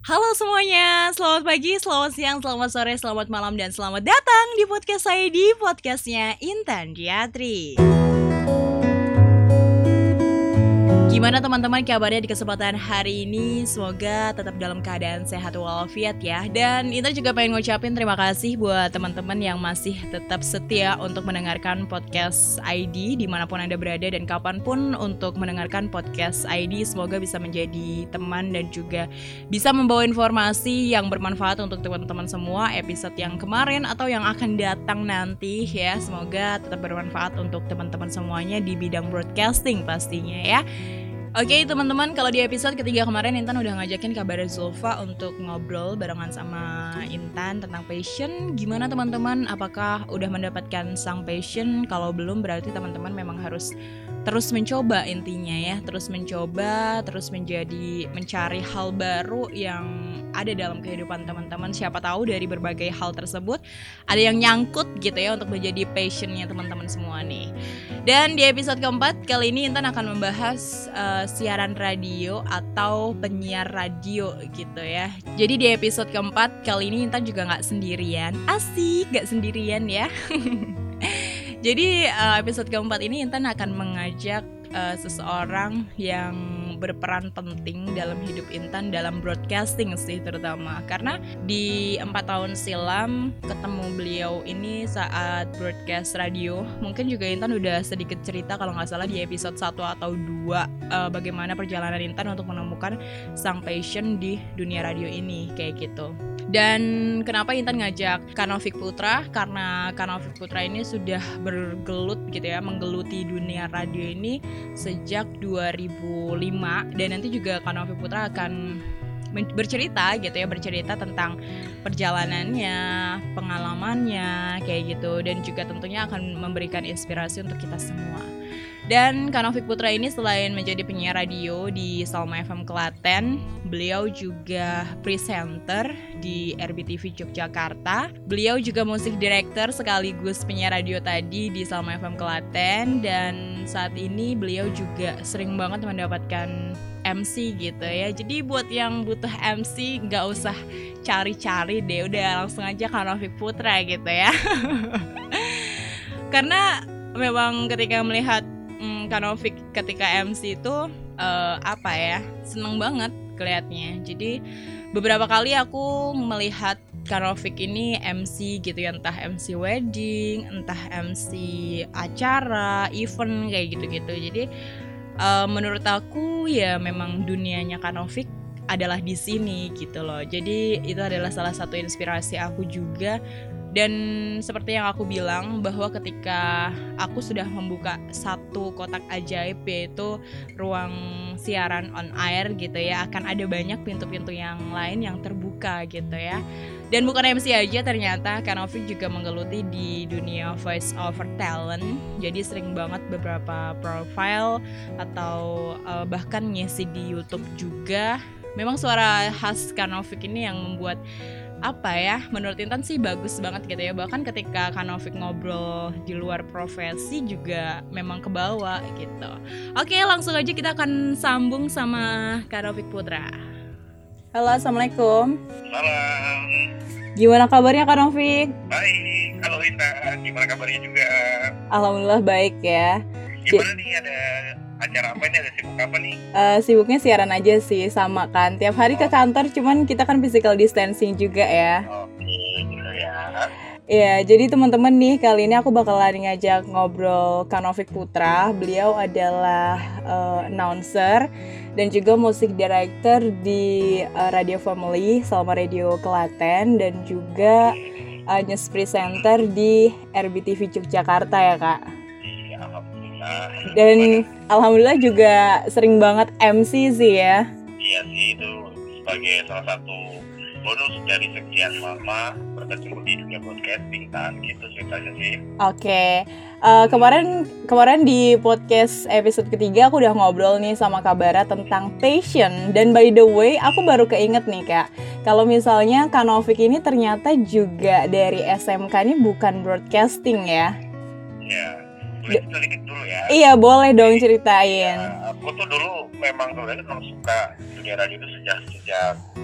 Halo semuanya, selamat pagi, selamat siang, selamat sore, selamat malam, dan selamat datang di podcast saya di podcastnya Intan Diatri. Gimana teman-teman kabarnya di kesempatan hari ini? Semoga tetap dalam keadaan sehat walafiat ya. Dan Intan juga pengen ngucapin terima kasih buat teman-teman yang masih tetap setia untuk mendengarkan podcast ID dimanapun Anda berada dan kapanpun untuk mendengarkan podcast ID. Semoga bisa menjadi teman dan juga bisa membawa informasi yang bermanfaat untuk teman-teman semua. Episode yang kemarin atau yang akan datang nanti ya, semoga tetap bermanfaat untuk teman-teman semuanya di bidang broadcasting pastinya ya. Oke teman-teman, kalau di episode ketiga kemarin Intan udah ngajakin kabar Zulfa untuk ngobrol barengan sama Intan tentang passion. Gimana teman-teman, apakah udah mendapatkan sang passion? Kalau belum berarti teman-teman memang harus terus mencoba intinya ya. Terus mencoba, terus mencari hal baru yang ada dalam kehidupan teman-teman. Siapa tahu dari berbagai hal tersebut ada yang nyangkut gitu ya untuk menjadi passionnya teman-teman semua nih. Dan di episode keempat kali ini Intan akan membahas siaran radio atau penyiar radio gitu ya. Jadi di episode keempat kali ini Intan juga gak sendirian. Asik, gak sendirian ya. Jadi episode keempat ini Intan akan mengajak seseorang yang berperan penting dalam hidup Intan dalam broadcasting sih terutama. Karena di 4 tahun silam ketemu beliau ini saat broadcast radio. Mungkin juga Intan udah sedikit cerita kalau gak salah di episode 1 atau 2 bagaimana perjalanan Intan untuk menemukan sang passion di dunia radio ini kayak gitu. Dan kenapa Intan ngajak Kanovik Putra? Karena Kanovik Putra ini sudah bergelut gitu ya, menggeluti dunia radio ini sejak 2005. Dan nanti juga Kanovik Putra akan bercerita gitu ya, bercerita tentang perjalanannya, pengalamannya kayak gitu, dan juga tentunya akan memberikan inspirasi untuk kita semua. Dan Kanovik Putra ini selain menjadi penyiar radio di Salma FM Klaten, beliau juga presenter di RBTV Yogyakarta. Beliau juga musik director sekaligus penyiar radio tadi di Salma FM Klaten. Dan saat ini beliau juga sering banget mendapatkan MC gitu ya. Jadi buat yang butuh MC gak usah cari-cari deh, udah langsung aja Kanovik Putra gitu ya. Karena memang ketika melihat Kanovik ketika MC itu seneng banget kelihatnya. Jadi beberapa kali aku melihat Kanovik ini MC gitu ya, entah MC wedding, entah MC acara, event kayak gitu-gitu. Jadi menurut aku ya memang dunianya Kanovik adalah di sini gitu loh. Jadi itu adalah salah satu inspirasi aku juga. Dan seperti yang aku bilang bahwa ketika aku sudah membuka satu kotak ajaib yaitu ruang siaran on air gitu ya, akan ada banyak pintu-pintu yang lain yang terbuka gitu ya. Dan bukan MC aja, ternyata Kanovik juga menggeluti di dunia voice over talent. Jadi sering banget beberapa profile atau bahkan ngisi di YouTube juga. Memang suara khas Kanovik ini yang membuat menurut Intan sih bagus banget gitu ya. Bahkan ketika Kanovik ngobrol di luar profesi juga memang kebawa gitu. Oke, langsung aja kita akan sambung sama Kanovik Putra. Halo, assalamualaikum. Salam. Gimana kabarnya Kanovik? Baik, halo Intan, gimana kabarnya juga? Alhamdulillah baik ya. Gimana nih, ada acara apa nih, ada sibuk apa nih? Sibuknya siaran aja sih, sama kan. Tiap hari ke kantor, cuman kita kan physical distancing juga ya. Oke, gitu ya. Ya, jadi teman-teman nih, kali ini aku bakalan ngajak ngobrol Kanovik Putra. Beliau adalah announcer dan juga musik director di Radio Family, Salma Radio Klaten, dan juga news presenter di RBTV Yogyakarta ya Kak. Iya, alhamdulillah. Dan alhamdulillah juga sering banget MC sih ya. Iya sih, itu sebagai salah satu bonus dari sekian lama berkecimpung di dunia broadcasting kan, gitu ceritanya sih. Oke. Kemarin di podcast episode ketiga aku udah ngobrol nih sama Kak Bara tentang passion. Dan by the way, aku baru keinget nih Kak, kalau misalnya Kanovik ini ternyata juga dari SMK ini bukan broadcasting ya. Iya, boleh sedikit dulu ya. Iya, boleh dong ceritain. Ya, aku tuh dulu memang suka dunia radio itu sejak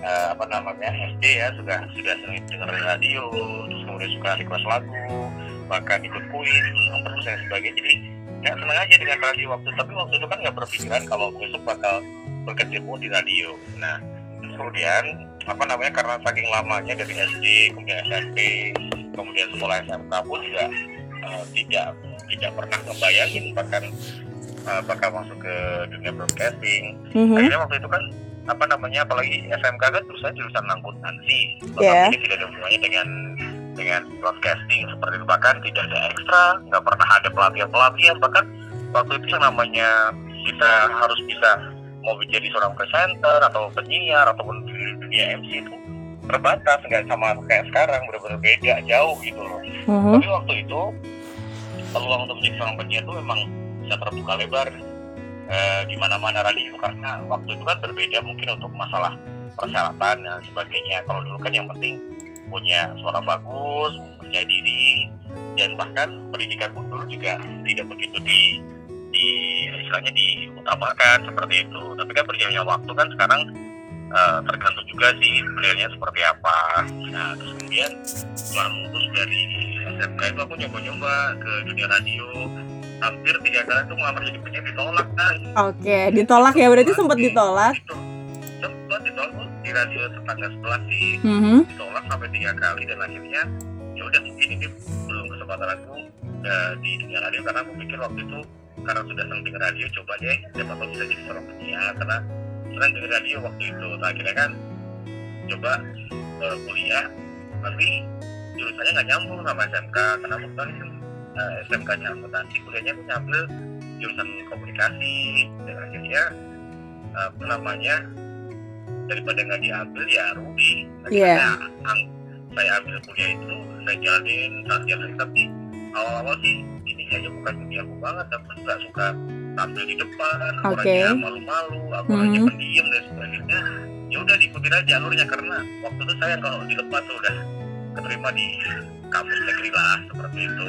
SD ya sudah sering dengerin radio, terus kemudian suka request lagu, bahkan ikut kuis, terus dan sebagainya. Jadi nggak seneng aja dengan radio tapi waktu itu kan nggak berpikiran kalau besok bakal berkecimpung di radio. Nah kemudian karena saking lamanya dari SD, kemudian SMP, kemudian sekolah SMK pun juga tidak pernah ngebayangin bahkan bakal masuk ke dunia broadcasting. Akhirnya waktu itu kan apalagi SMK kan terusnya jurusan akuntansi, ini tidak ada hubungannya dengan broadcasting seperti itu, bahkan tidak ada ekstra, nggak pernah ada pelatihan, bahkan waktu itu yang namanya kita harus bisa mau menjadi seorang presenter atau penyiar ataupun di dunia MC itu terbatas, nggak sama kayak sekarang, benar-benar beda jauh gitu loh. Tapi waktu itu peluang untuk menjadi seorang penyiar itu memang bisa terbuka lebar di mana-mana radio, karena waktu itu kan berbeda mungkin untuk masalah persyaratan dan sebagainya. Kalau dulu kan yang penting punya suara bagus, percaya diri, dan bahkan pendidikan pun dulu juga tidak begitu istilahnya diutamakan seperti itu. Tapi kan berjalannya waktu kan sekarang tergantung juga sih pilihannya seperti apa. Nah terus kemudian setelah lulus dari SMK itu aku nyoba-nyoba ke dunia radio, hampir 3 kali tuh ngelamar jadi penyiar ditolak kan. Oke, ditolak ya, berarti sempat ditolak. Sempat ditolak di radio tetangga sebelah sih. Ditolak sampai 3 kali dan akhirnya ya udah mungkin ini belum kesempatan aku di dunia radio, karena aku pikir waktu itu karena sudah sering dengar radio, coba deh siapa tahu bisa jadi seorang penyiar karena sering dengar radio waktu itu. Nah, akhirnya kan coba kuliah, tapi jurusannya nggak nyambung sama SMK karena bukan SMK-nya akuntansi, kuliahnya aku ngambil jurusan komunikasi, dan akhirnya daripada nggak diambil ya rugi. Akhirnya saya ambil kuliah itu, saya jalanin, tapi awal-awal sih ini aja bukan dunia aku banget, aku nggak suka tampil di depan, orangnya malu-malu, aku orangnya pendiam dan sebagainya. Ya udah diikutin aja jalurnya, karena waktu itu saya kalau di depan tuh udah keterima di kampus negeri lah seperti itu.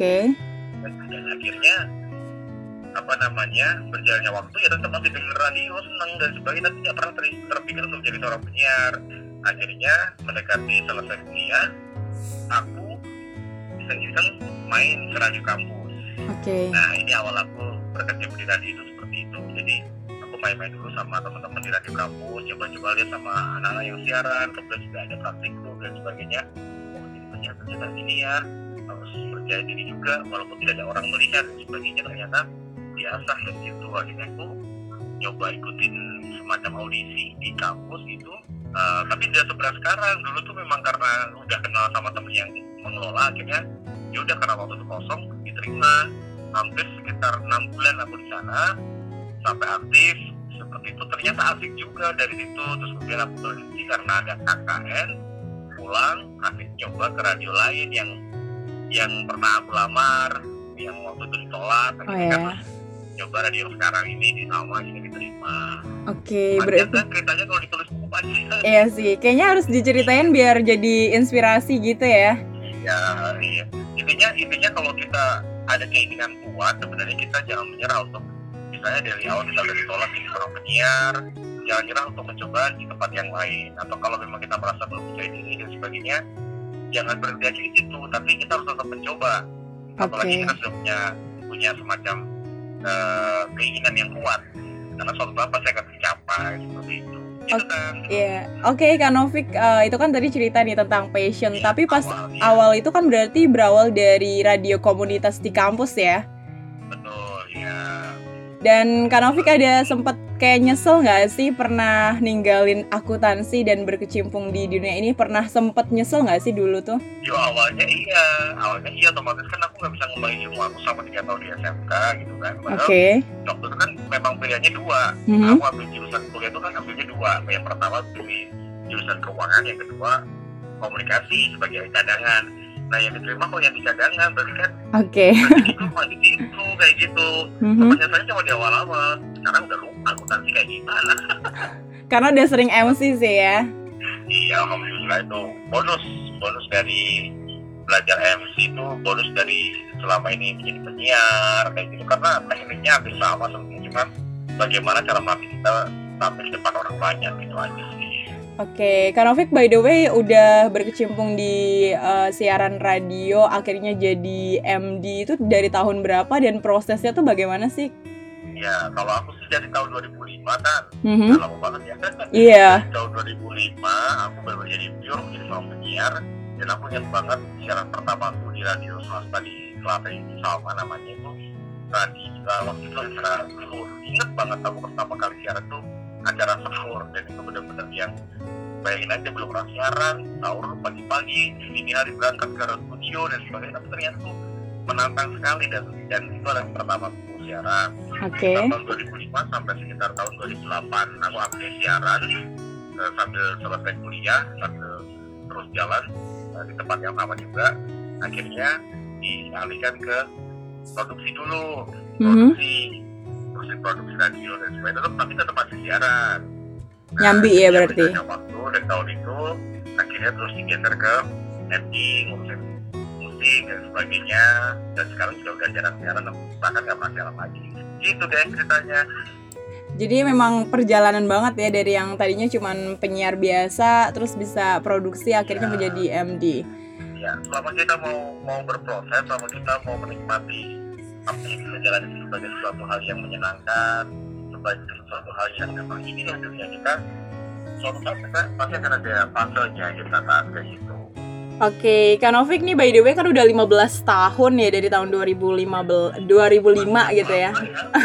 Dan akhirnya berjalannya waktu ya tetap masih denger radio, senang dan sebagainya, tapi nggak pernah terpikir untuk jadi seorang penyiar. Akhirnya mendekati selesai kuliah, aku iseng-iseng main ke radio kampus. Nah ini awal aku berkecimpung di radio itu seperti itu. Jadi aku main-main dulu sama teman-teman di radio kampus, coba-coba lihat sama anak-anak yang siaran, kemudian juga ada praktikum dan sebagainya. Oh jadi ternyata ini ya harus percaya diri juga, walaupun tidak ada orang melihat dan sebagainya, ternyata biasa dan gitu. Akhirnya aku nyoba ikutin semacam audisi di kampus itu, tapi tidak seberat sekarang. Dulu tuh memang karena udah kenal sama temen yang mengelola, akhirnya ya udah karena waktu itu kosong diterima. Hampir sekitar 6 bulan aku di sana sampai aktif seperti itu. Ternyata asik juga dari situ. Terus kemudian aku berhenti karena ada KKN, pulang, asik coba ke radio lain yang pernah aku lamar, yang waktu itu ditolak. Kan coba radio sekarang ini ditawar, ini diterima. Berarti kan ceritanya kalau ditulis buku panjang. Iya sih, kayaknya harus diceritain biar jadi inspirasi gitu ya. Iya. Intinya kalau kita ada keinginan kuat, sebenarnya kita jangan menyerah untuk, misalnya dari awal kita udah ditolak jadi seorang penyiar, jangan nyerah untuk mencoba di tempat yang lain. Atau kalau memang kita merasa belum percaya diri dan sebagainya, jangan berhenti aja di situ, tapi kita harus tetap mencoba. Apalagi kita sudah punya semacam keinginan yang kuat, karena suatu saat pasti akan tercapai seperti itu. Kak Novik, itu kan tadi cerita nih tentang passion, tapi pas awal itu kan berarti berawal dari radio komunitas di kampus ya? Betul, ya. Dan Kak Novik ada sempat kayak nyesel nggak sih pernah ninggalin akuntansi dan berkecimpung di dunia ini? Pernah sempet nyesel nggak sih dulu tuh? Awalnya iya, otomatis kan aku nggak bisa ngembangin ilmu aku sama 3 tahun di SMK gitu kan. Waktu itu kan memang pilihannya 2. Aku ambil jurusan kuliah itu kan ambilnya 2. Yang pertama pilih jurusan keuangan, yang kedua komunikasi sebagai cadangan. Nah yang diterima kok yang di cadangan, berarti kan itu masih gitu kayak gitu. Pernyataannya cuma di awal-awal, sekarang udah lupa akuntansi kayak gimana. Karena udah sering MC sih ya. Iya, alhamdulillah itu bonus dari belajar MC itu, bonus dari selama ini menjadi penyiar kayak gitu, karena tekniknya hampir sama semua, cuma bagaimana cara melatih kita tampil di depan orang banyak gitu aja sih. Oke, Kak Novik by the way udah berkecimpung di siaran radio, akhirnya jadi MD itu dari tahun berapa dan prosesnya tuh bagaimana sih? Ya, kalau aku sih dari tahun 2005 kan, Mhm. udah lama banget ya. Iya. Dari tahun 2005 aku baru jadi pure menjadi seorang penyiar, dan aku ingat banget siaran pertama aku di radio swasta di Klaten itu sama namanya itu waktu itu acara sahur. Ingat banget aku pertama kali siaran tuh acara sahur, dan itu benar-benar yang bayangin aja belum pernah siaran, sahur pagi-pagi, dini hari berangkat ke studio dan sebagainya, tapi ternyata tuh menantang sekali dan itu adalah pertama aku siaran. Oke. Tahun 2005 sampai sekitar tahun 2008 aku aktif siaran sambil selesai kuliah, sambil terus jalan di tempat yang sama juga. Akhirnya dialihkan ke produksi dulu, produksi radio dan sebagainya, tapi tetap masih siaran. Nyambi ya berarti. Waktu dan tahun itu akhirnya terus digeser ke editing, ngurusin musik dan sebagainya, dan sekarang juga udah jarang siaran, bahkan nggak pernah siaran lagi. Gitu deh ceritanya. Jadi memang perjalanan banget ya dari yang tadinya cuman penyiar biasa terus bisa produksi akhirnya menjadi MD. Ya, selama kita mau berproses, selama kita mau menikmati apa yang kita jalani sebagai suatu hal yang menyenangkan, sebagai suatu hal yang memang inilah dunia kita, suatu saat kita pasti akan ada fasenya kita saat kayak gitu. Oke, Kak Novik nih by the way kan udah 15 tahun ya dari tahun 2005 gitu ya.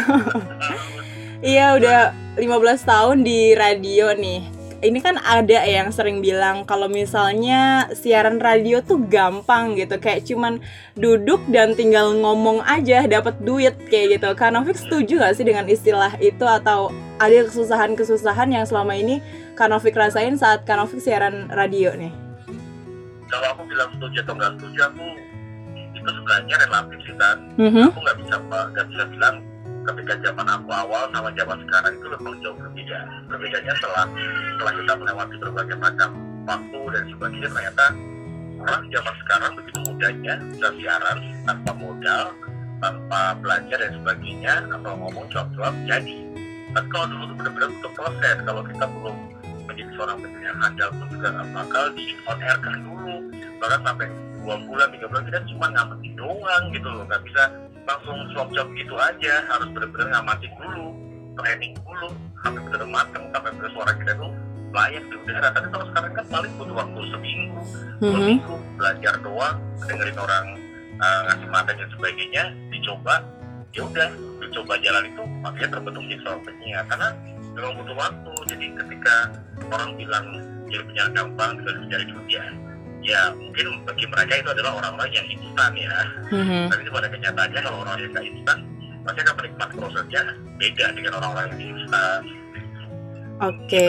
Iya, udah 15 tahun di radio nih. Ini kan ada yang sering bilang kalau misalnya siaran radio tuh gampang gitu, kayak cuman duduk dan tinggal ngomong aja dapat duit kayak gitu. Kak Novik setuju gak sih dengan istilah itu, atau ada kesusahan-kesusahan yang selama ini Kak Novik rasain saat Kak Novik siaran radio nih? Kalau aku bilang setuju atau nggak setuju, aku itu sebenarnya relatif sih kan. Aku nggak bisa bilang ketika zaman aku awal sama zaman sekarang itu memang jauh berbeda. Berbedanya setelah kita melewati berbagai macam waktu dan sebagainya, ternyata orang zaman sekarang begitu mudahnya bisa siaran tanpa modal, tanpa belajar dan sebagainya, atau ngomong cuap-cuap jadi. Tapi kalau dulu itu benar-benar untuk proses. Kalau kita belum menjadi seorang penyiar handal pun juga nggak bakal di on air kan dulu. Bahkan sampai 2 bulan, 3 bulan kita cuma ngamatin doang gitu loh, nggak bisa langsung swap-swap gitu aja, harus benar-benar ngamatin dulu, training dulu, sampai benar-benar matang, sampai benar suara kita tuh layak di udara. Tapi kalau sekarang kan paling butuh waktu seminggu, 2 minggu, belajar doang, dengerin orang ngasih materi dan sebagainya, dicoba, ya udah, dicoba jalan itu, makanya terbentuk jadi seorang penyiar, karena memang butuh waktu. Jadi ketika orang bilang jadi penyiar gampang, bisa mencari duit ya mungkin bagi mereka itu adalah orang-orang yang instan ya. Tapi pada kenyataannya kalau orang yang nggak instan, pasti akan menikmati prosesnya beda dengan orang-orang yang instan. Oke.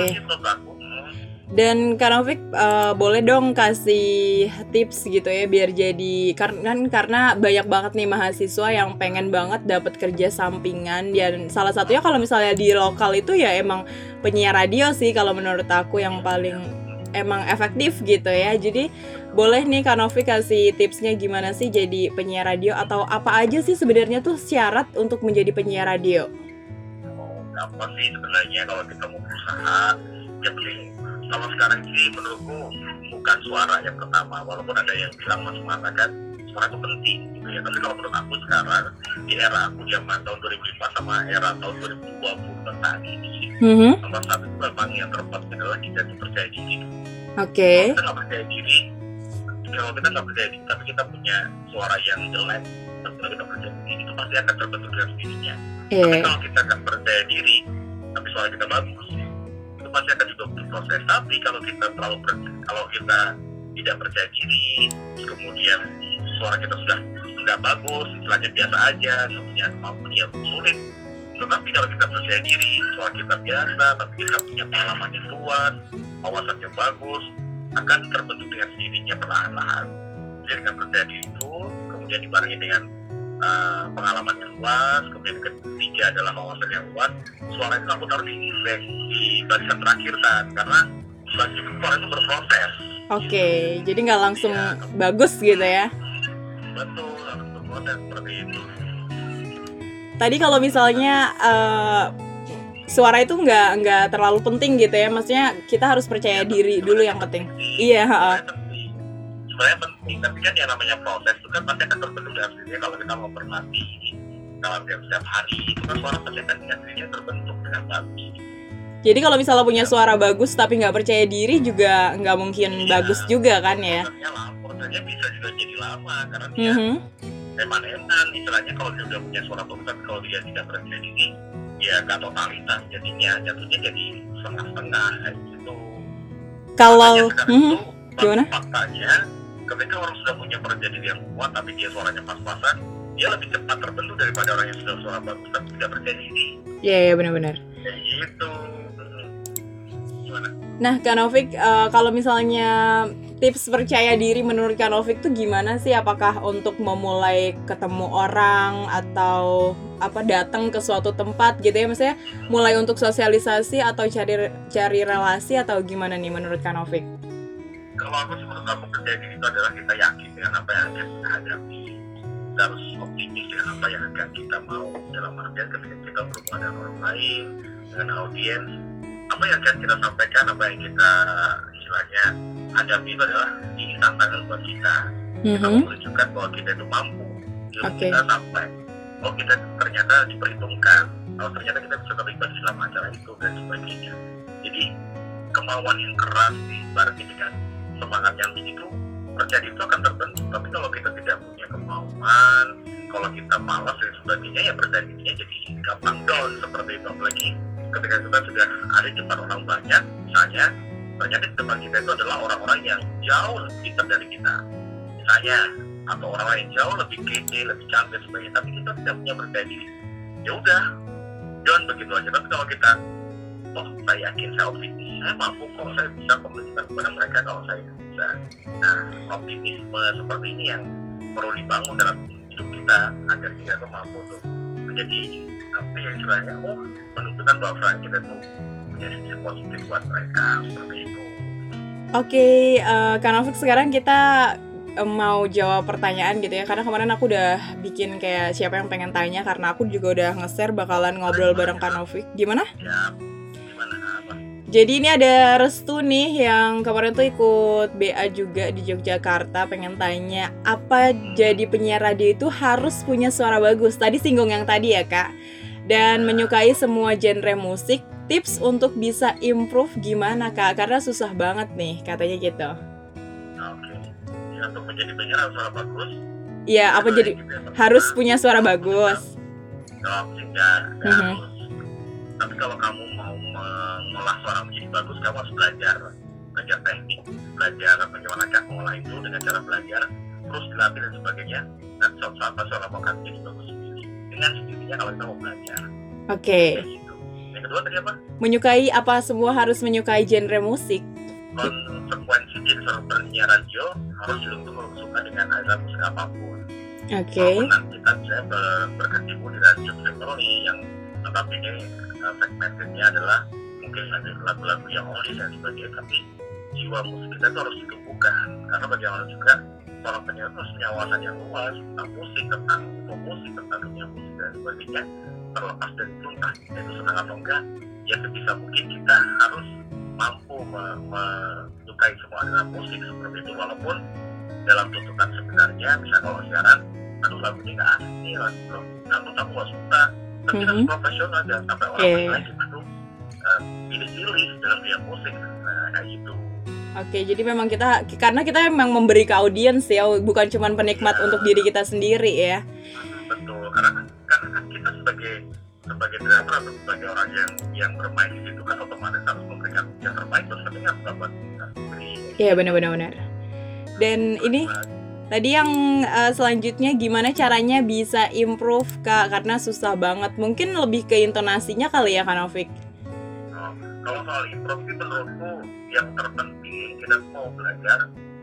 Dan Kak Novik boleh dong kasih tips gitu ya biar jadi, karena banyak banget nih mahasiswa yang pengen banget dapat kerja sampingan, dan salah satunya kalau misalnya di lokal itu ya emang penyiar radio sih kalau menurut aku yang paling emang efektif gitu ya. Jadi boleh nih Kak Novik kasih tipsnya gimana sih jadi penyiar radio, atau apa aja sih sebenarnya tuh syarat untuk menjadi penyiar radio? Gampang sih sebenarnya kalau kita mau berusaha, ya penting. Kalau sekarang sih menurutku bukan suara yang pertama, walaupun ada yang bilang masuk mengatakan suara itu penting gitu ya. Tapi kalau menurut aku sekarang di era aku zaman tahun 2005 sama era tahun 2020 saat ini, nomor satu itu memang yang terpenting adalah kita percaya diri. Oke. Kalau kita nggak percaya diri, tapi kita punya suara yang jelek, tapi kita percaya diri, itu pasti akan terbentuk dengan sendirinya. Tapi kalau kita nggak percaya diri, tapi suara kita bagus, itu pasti akan juga butuh proses. Tapi kalau kita tidak percaya diri, kemudian suara kita sudah nggak bagus, istilahnya biasa aja, kemudian kemampuan yang sulit. Tetapi kalau kita percaya diri, suara kita biasa, tapi kita punya pengalaman yang luas, wawasan yang bagus, akan terbentuk dengan sendirinya perlahan-lahan. Jadi dengan percaya diri itu, kemudian dibarengi dengan pengalaman yang luas, kemudian ketiga adalah wawasan yang luas, suara itu aku taruh di barisan terakhir kan, karena suara itu berproses. Oke, jadi nggak langsung bagus gitu ya? Betul, harus berproses seperti itu. Tadi kalau misalnya suara itu nggak terlalu penting gitu ya, maksudnya kita harus percaya diri dulu yang penting. Iya, sebenarnya penting, tapi kan yang namanya proses itu kan pasti akan terbentuk dengan sendirinya. Kalau kita mau berlatih dalam setiap hari, itu kan suara pasti akan dengan sendirinya terbentuk dengan bagus. Jadi kalau misalnya punya suara bagus tapi nggak percaya diri juga nggak mungkin bagus juga kan ya? Prosesnya bisa juga jadi lama karena dia eman-eman, istilahnya kalau dia udah punya suara bagus tapi kalau dia tidak percaya diri, ya nggak totalitas, jadinya jatuhnya jadi setengah-setengah kayak gitu. Kalau gimana? Faktanya, ketika orang sudah punya percaya diri yang kuat tapi dia suaranya pas-pasan, dia lebih cepat terbentuk daripada orang yang sudah suara bagus tapi tidak percaya diri. Iya, benar-benar. Kayak gitu. Gimana? Nah, Kak Novik, kalau misalnya tips percaya diri menurut Kak Novik tuh gimana sih? Apakah untuk memulai ketemu orang atau datang ke suatu tempat gitu ya? Maksudnya mulai untuk sosialisasi atau cari relasi atau gimana nih menurut Kak Novik? Kalau aku sih menurut aku percaya diri itu adalah kita yakin dengan apa yang akan kita hadapi. Kita harus optimis dengan apa yang akan kita mau, dalam artian ketika kita berhubungan dengan orang lain, dengan audiens, apa yang akan kita sampaikan, apa yang kita istilahnya hadapi itu adalah ini tantangan buat kita. Kita menunjukkan bahwa kita itu mampu, ilmu kita sampai, oh kita ternyata diperhitungkan, kalau ternyata kita bisa terlibat dalam acara itu dan sebagainya. Jadi kemauan yang keras dibarengi dengan semangat yang tinggi itu, percaya diri itu akan terbentuk. Tapi kalau kita tidak punya kemauan, kalau kita malas dan sebagainya, ya percaya dirinya jadi gampang down seperti itu. Apalagi ketika kita sudah ada di depan orang banyak, misalnya ternyata di depan kita itu adalah orang-orang yang jauh lebih pintar dari kita, misalnya, atau orang-orang yang jauh lebih kece, lebih cantik dan sebagainya, tapi kita tidak punya percaya diri, ya udah down begitu aja. Tapi kalau kita, oh saya yakin, saya optimis, saya mampu kok, saya bisa komunikasi kepada mereka kalau saya bisa. Nah, optimisme seperti ini yang perlu dibangun dalam hidup kita agar kita tuh mampu tuh menjadi apa yang istilahnya, menunjukkan bahwa kita tuh punya sisi positif buat mereka, seperti itu. Oke, Kak Novik, sekarang kita mau jawab pertanyaan gitu ya, karena kemarin aku udah bikin kayak siapa yang pengen tanya, karena aku juga udah nge-share bakalan ngobrol bareng Kak Novik. Gimana? Ya, gimana apa? Jadi ini ada Restu nih yang kemarin tuh ikut BA juga di Yogyakarta, pengen tanya apa jadi penyiar radio itu harus punya suara bagus. Tadi singgung yang tadi ya Kak. Dan menyukai semua genre musik. Tips untuk bisa improve gimana Kak? Karena susah banget nih katanya gitu. Oke. Ya, untuk menjadi penyiar harus suara bagus. Iya, apa jadi harus punya suara bagus? Kalau tidak harus. Tapi kalau kamu mau mengolah suara menjadi bagus, kamu harus belajar teknik, belajar bagaimana mengolah itu dengan cara belajar, terus dilatih dan sebagainya. Dan suatu saat suara akan menjadi bagus sendiri. Dengan sendirinya kalau kita mau belajar. Oke. Gitu. Yang kedua tadi apa? Menyukai apa, semua harus menyukai genre musik? Konsekuensi jadi seorang penyiar radio harus juga suka dengan aliran musik apapun. Oke. Nanti kita bisa berkecimpung di radio family yang tetapi ini segmentednya adalah mungkin lagu-lagu yang oldies dan sebagainya, tapi jiwa musik kita itu harus ditumbuhkan, karena bagaimana juga seorang penyiar itu harus punya wawasan yang luas tentang musik, tentang musik, tentang dunia musik dan sebagainya. Terlepas dari itu entah kita itu senang atau enggak, ya sebisa mungkin kita harus mampu menyukai semua aliran musik seperti itu, walaupun dalam tuntutan sebenarnya bisa kalau siaran, aduh lagunya nggak asik nih, lagu kamu nggak suka, tapi kita harus profesional dan sampai orang lain kita tuh pilih-pilih dalam dunia musik, kayak gitu. Oke, jadi memang karena kita memang memberi ke audiens ya, bukan cuma penikmat untuk diri kita sendiri ya. Betul, karena kan kita sebagai driver atau sebagai orang yang bermain di situ kan otomatis harus memberikan yang terbaik, terus tapi nggak buat kita sendiri. Iya, benar. Dan ini tadi yang selanjutnya gimana caranya bisa improve Kak, karena susah banget. Mungkin lebih ke intonasinya kali ya Kak Novik. Kalau soal improve sih menurutku yang terpenting kita mau belajar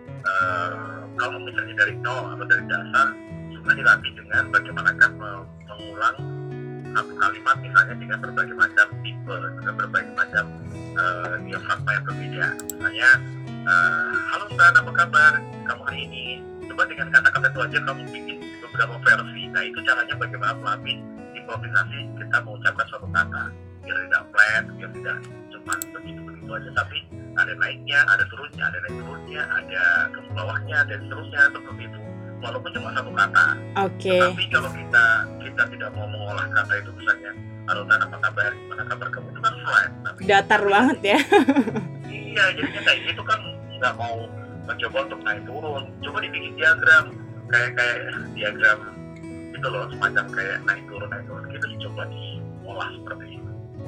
kalau misalnya dari nol atau dari dasar, sudah dilatih dengan bagaimana kan mengulang satu kalimat misalnya dengan berbagai macam tipe, dengan berbagai macam diafragma yang berbeda. Misalnya halo San, apa kabar kamu hari ini? Coba dengan kata-kata itu aja kamu bikin beberapa versi. Nah itu caranya bagaimana melatih improvisasi kita mengucapkan suatu kata. biar tidak flat, biar tidak cuma begitu aja, tapi ada naiknya, ada turunnya, ada naik turunnya, ada ke bawahnya dan seterusnya seperti itu. Walaupun cuma satu kata. Oke. Tapi kalau kita tidak mau mengolah kata itu, misalnya Arutan apa kabar, gimana kabar kamu, itu kan flat. Tapi Datar banget ya. iya, jadinya kayak gitu kan nggak mau mencoba untuk naik turun. Coba dibikin diagram kayak diagram itu loh, semacam kayak naik turun kita dicoba diolah seperti itu.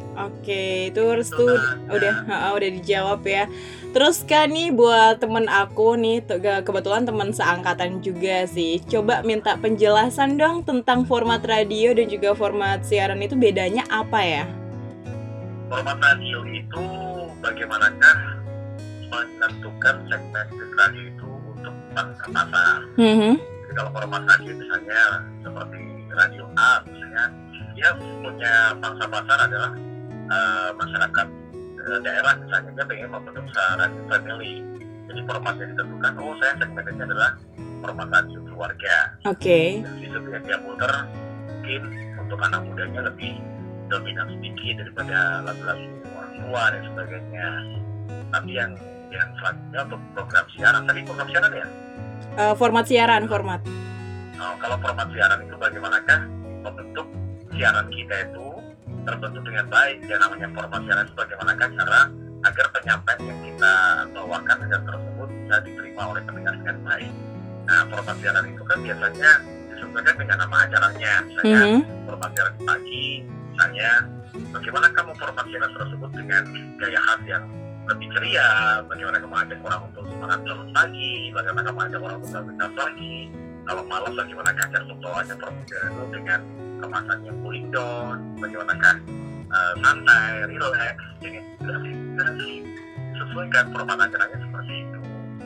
Oke, itu tuh udah dijawab ya. Terus kan nih buat temen aku nih, kebetulan teman seangkatan juga sih. Coba minta penjelasan dong tentang format radio dan juga format siaran itu bedanya apa ya? Format radio itu bagaimanakah menentukan segmen radio itu untuk pasar. Jadi kalau format radio misalnya seperti radio A misalnya, dia punya pangsa pasar adalah masyarakat daerah, misalnya dia pengen membentuk radio family. Jadi formatnya ditentukan, saya segmennya adalah format radio keluarga. Oke. Jadi sebenarnya dia muter mungkin untuk anak mudanya lebih dominan sedikit daripada lagu-lagu orang tua dan sebagainya. Tapi yang selanjutnya untuk program siaran, tadi program siaran ya? Format siaran, format. Kalau format siaran itu bagaimanakah membentuk siaran kita itu terbentuk dengan baik. Ya, namanya format siaran itu bagaimanakah cara agar penyampaian yang kita bawakan dan tersebut bisa diterima oleh pendengar dengan baik. Nah, format siaran itu kan biasanya disesuaikan dengan nama acaranya. Misalnya format siaran pagi, misalnya bagaimana kamu format siaran tersebut dengan gaya khas yang lebih ceria, bagaimana kamu ajak orang untuk semangat bangun pagi, bagaimana kamu ajak orang untuk beraktivitas pagi. Kalau malam bagaimana ajak untuk bawanya format siaran itu dengan kemasan yang cooling down, bagaimanakah santai, relax, jadi sesuaikan format acaranya seperti itu.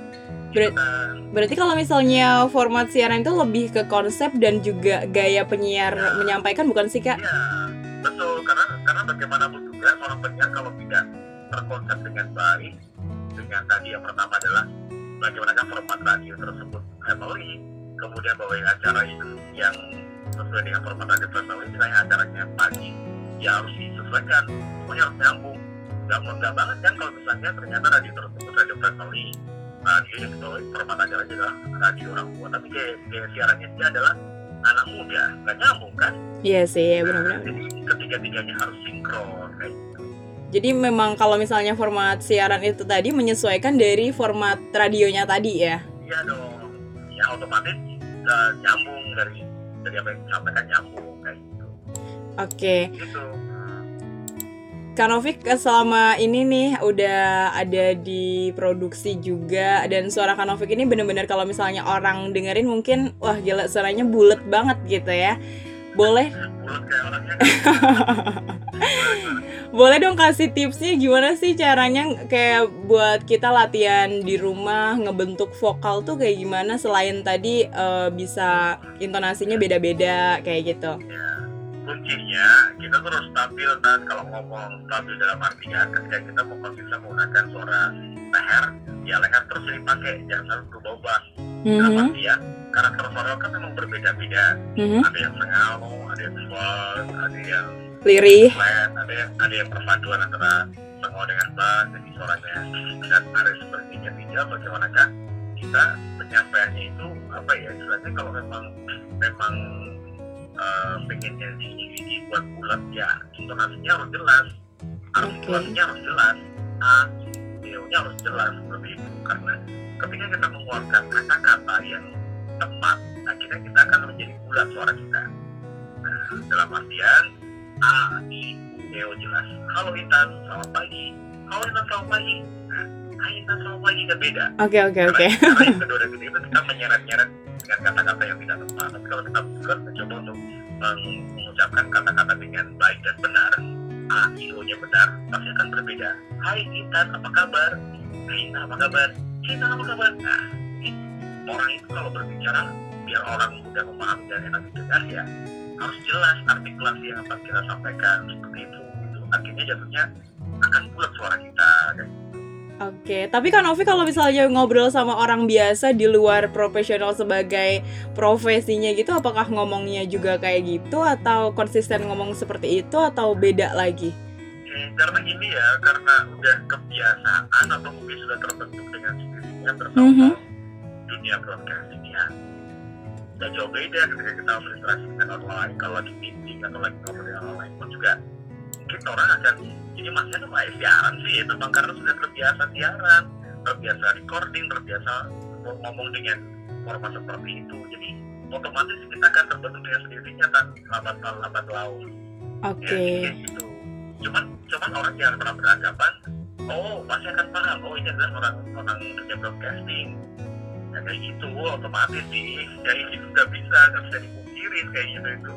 Berarti kalau misalnya format siaran itu lebih ke konsep dan juga gaya penyiar menyampaikan, bukan sih Kak? Iya, betul, karena bagaimanapun juga seorang penyiar kalau tidak terkonsep dengan baik, dengan tadi yang pertama adalah bagaimana format radio tersebut family, kemudian bawain acara yang sesuai dengan format radio family, misalnya acaranya pagi, ya harus disesuaikan, semuanya harus nyambung. Nggak banget kan kalau misalnya ternyata radio tersebut radio family, radio yang dibawain format acaranya adalah radio orang tua, tapi kayak siarannya dia adalah anak muda, nggak nyambung kan? Iya sih, benar-benar. Jadi ketiga-tiganya harus sinkron kayak gitu. Jadi memang kalau misalnya format siaran itu tadi menyesuaikan dari format radionya tadi ya? Iya dong, ya otomatis nyambung dari apa yang disampaikan, nyambung kayak gitu. Oke. Gitu. Kak Novik selama ini nih udah ada di produksi juga, dan suara Kak Novik ini benar-benar kalau misalnya orang dengerin mungkin wah gila suaranya bulet banget gitu ya. Boleh? Bulet kayak orangnya. Boleh dong kasih tipsnya gimana sih caranya kayak buat kita latihan di rumah ngebentuk vokal tuh kayak gimana, selain tadi bisa intonasinya beda-beda kayak gitu. Ya, kuncinya kita terus stabil, dan kalau ngomong stabil dalam artian ketika kita mau konsisten menggunakan suara leher, ya leher terus dipakai, jangan selalu berubah. Dalam artian karakter suara kan memang berbeda-beda. Ada yang sengal, ada yang flat, ada yang lirih, flat, ada yang perpaduan antara sengal dengan bass, jadi suaranya dan ada sepertinya tidak. Bagaimanakah kita penyampaiannya itu apa ya istilahnya, kalau memang pengennya dibuat bulat, ya intonasinya harus jelas, artikulasinya harus jelas, nya harus jelas seperti itu. Karena ketika kita mengeluarkan kata-kata yang tepat, akhirnya kita akan menjadi bulat suara kita. Nah, dalam artian A, I, U, jelas. Halo Intan, selamat pagi. Halo Intan, selamat pagi. Nah, Hai Intan, selamat pagi, kan beda. Oke. Karena yang kedua itu kita menyeret-nyeret dengan kata-kata yang tidak tepat. Tapi kalau kita mencoba untuk mengucapkan kata-kata dengan baik dan benar, A, I, U-nya benar, pasti akan berbeda. Hai Intan, apa kabar? Hai Intan, apa kabar? Hai Intan, apa kabar? Nah, orang itu kalau berbicara biar orang mudah memahami dan enak didengar, ya harus jelas artikulasi yang akan kita sampaikan seperti itu. Akhirnya jatuhnya akan bulat suara kita. Oke, tapi Kak Novi kalau misalnya ngobrol sama orang biasa di luar profesional sebagai profesinya gitu, apakah ngomongnya juga kayak gitu atau konsisten ngomong seperti itu atau beda lagi? Karena gini ya, karena udah kebiasaan atau mungkin sudah terbentuk dengan sendirinya bersama dunia broadcasting ya. Udah jauh beda ketika kita berinteraksi dengan orang lain, kalau lagi meeting atau lagi ngobrol dengan orang lain pun juga mungkin orang akan ini masnya tuh kayak siaran sih, itu memang karena sudah terbiasa siaran, terbiasa recording, terbiasa ngomong dengan format seperti itu. Jadi otomatis kita akan terbentuk dengan sendirinya kan lambat laun. Oke. Ya, gitu. Cuman orang jangan pernah beranggapan, oh pasti akan paham, oh ini adalah orang kerja broadcasting. Ya, kayak gitu, otomatis sih, kayak gitu nggak bisa dipungkirin kayak gitu itu.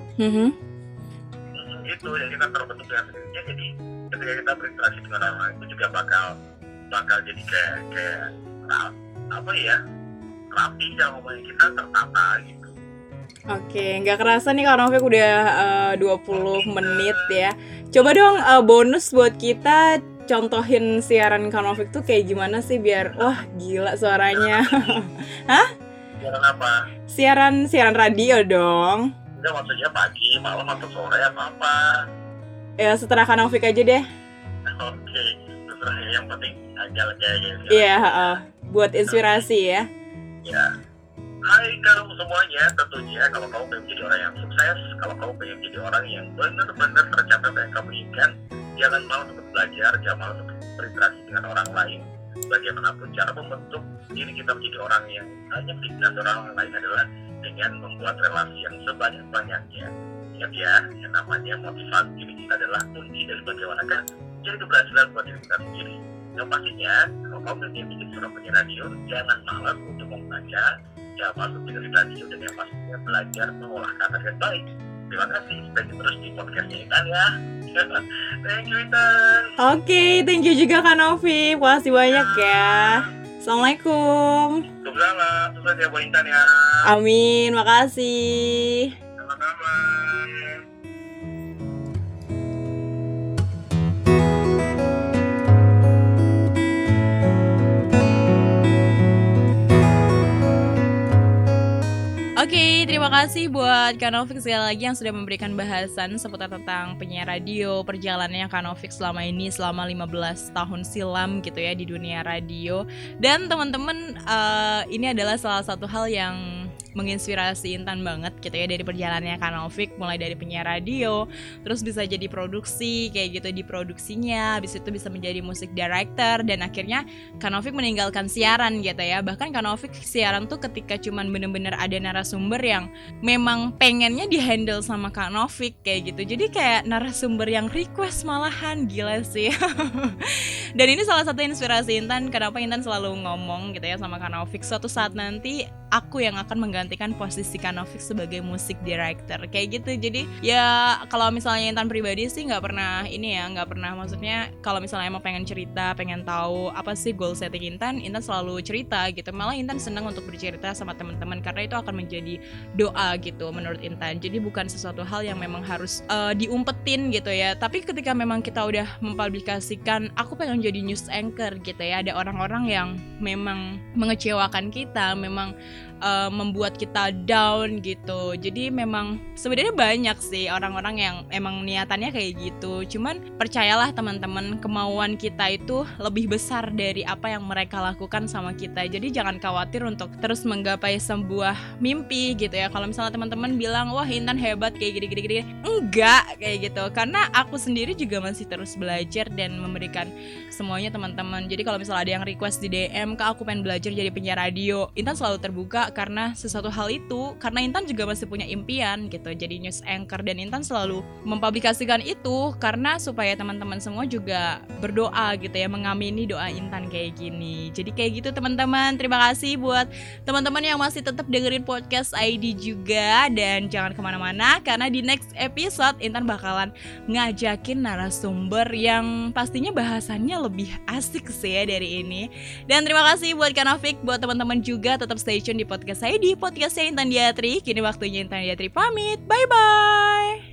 Gitu, jadi kita terbentuk dengan sendirinya. Jadi ketika kita berinteraksi dengan orang itu juga bakal jadi kayak apa ya, rapi dan ngomongnya kita tertata gitu. Oke, nggak kerasa nih Kak Novik udah 20 menit ya. Coba dong bonus buat kita, contohin siaran Kak Novik tuh kayak gimana sih biar wah gila suaranya. Hah? Siaran apa? Siaran radio dong. Enggak, maksudnya pagi, malam atau sore apa? Ya setelah Kak Novik aja deh. Oke, terserah, yang penting agak kayak Iya, buat inspirasi ya. Ya. Hai kamu semuanya, tentunya kalau kamu pengen jadi orang yang sukses, kalau kamu pengen jadi orang yang benar-benar tercapai apa yang kamu inginkan, jangan malas untuk belajar, jangan malas untuk berinteraksi dengan orang lain. Bagaimanapun cara membentuk diri kita menjadi orang yang hanya dikenal orang lain adalah dengan membuat relasi yang sebanyak-banyaknya. Ingat ya, yang namanya motivasi diri kita adalah kunci dari bagaimanakah jadi keberhasilan buat diri kita sendiri. Yang pastinya, kalau kamu ingin menjadi seorang penyiar radio, jangan malas untuk membaca, jangan malas untuk dengerin radio, dan yang pastinya belajar mengolah kata dengan baik. Terima kasih, stay terus di podcastnya Intan ya. Thank you Intan. Oke, thank you juga Kak Novi. Makasih banyak ya. Assalamualaikum. Selamat, sukses ya buat Intan ya. Amin, makasih. Sama-sama. Oke, terima kasih buat Kak Novik sekali lagi yang sudah memberikan bahasan seputar tentang penyiar radio, perjalanannya Kak Novik selama ini, selama 15 tahun silam gitu ya di dunia radio. Dan teman-teman, ini adalah salah satu hal yang menginspirasi Intan banget gitu ya, dari perjalanannya Kak Novik, mulai dari penyiar radio, terus bisa jadi produksi kayak gitu di produksinya, habis itu bisa menjadi musik director, dan akhirnya Kak Novik meninggalkan siaran gitu ya. Bahkan Kak Novik siaran tuh ketika cuman bener-bener ada narasumber yang memang pengennya dihandle sama Kak Novik kayak gitu. Jadi kayak narasumber yang request malahan, gila sih. Dan ini salah satu inspirasi Intan, kenapa Intan selalu ngomong gitu ya sama Kak Novik, suatu saat nanti aku yang akan menggantikan posisi Kak Novik sebagai musik director kayak gitu. Jadi ya kalau misalnya Intan pribadi sih nggak pernah maksudnya kalau misalnya emang pengen cerita, pengen tahu apa sih goal setting Intan selalu cerita gitu. Malah Intan senang untuk bercerita sama teman-teman karena itu akan menjadi doa gitu menurut Intan. Jadi bukan sesuatu hal yang memang harus diumpetin gitu ya. Tapi ketika memang kita udah mempublikasikan aku pengen jadi news anchor gitu ya, ada orang-orang yang memang mengecewakan kita, memang membuat kita down gitu. Jadi memang sebenarnya banyak sih orang-orang yang emang niatannya kayak gitu. Cuman percayalah teman-teman, kemauan kita itu lebih besar dari apa yang mereka lakukan sama kita. Jadi jangan khawatir untuk terus menggapai sebuah mimpi gitu ya. Kalau misalnya teman-teman bilang wah Intan hebat kayak gini-gini, enggak kayak gitu. Karena aku sendiri juga masih terus belajar dan memberikan semuanya teman-teman. Jadi kalau misalnya ada yang request di DM, Kak aku pengen belajar jadi penyiar radio, Intan selalu terbuka karena sesuatu hal itu, karena Intan juga masih punya impian gitu jadi news anchor, dan Intan selalu mempublikasikan itu karena supaya teman-teman semua juga berdoa gitu ya, mengamini doa Intan kayak gini. Jadi kayak gitu teman-teman. Terima kasih buat teman-teman yang masih tetap dengerin podcast ID juga, dan jangan kemana-mana karena di next episode Intan bakalan ngajakin narasumber yang pastinya bahasannya lebih asik sih ya dari ini. Dan terima kasih buat Kak Novik, buat teman-teman juga tetap stay tune di podcast saya di podcastnya Intan Diatri. Kini waktunya Intan Diatri pamit. Bye bye.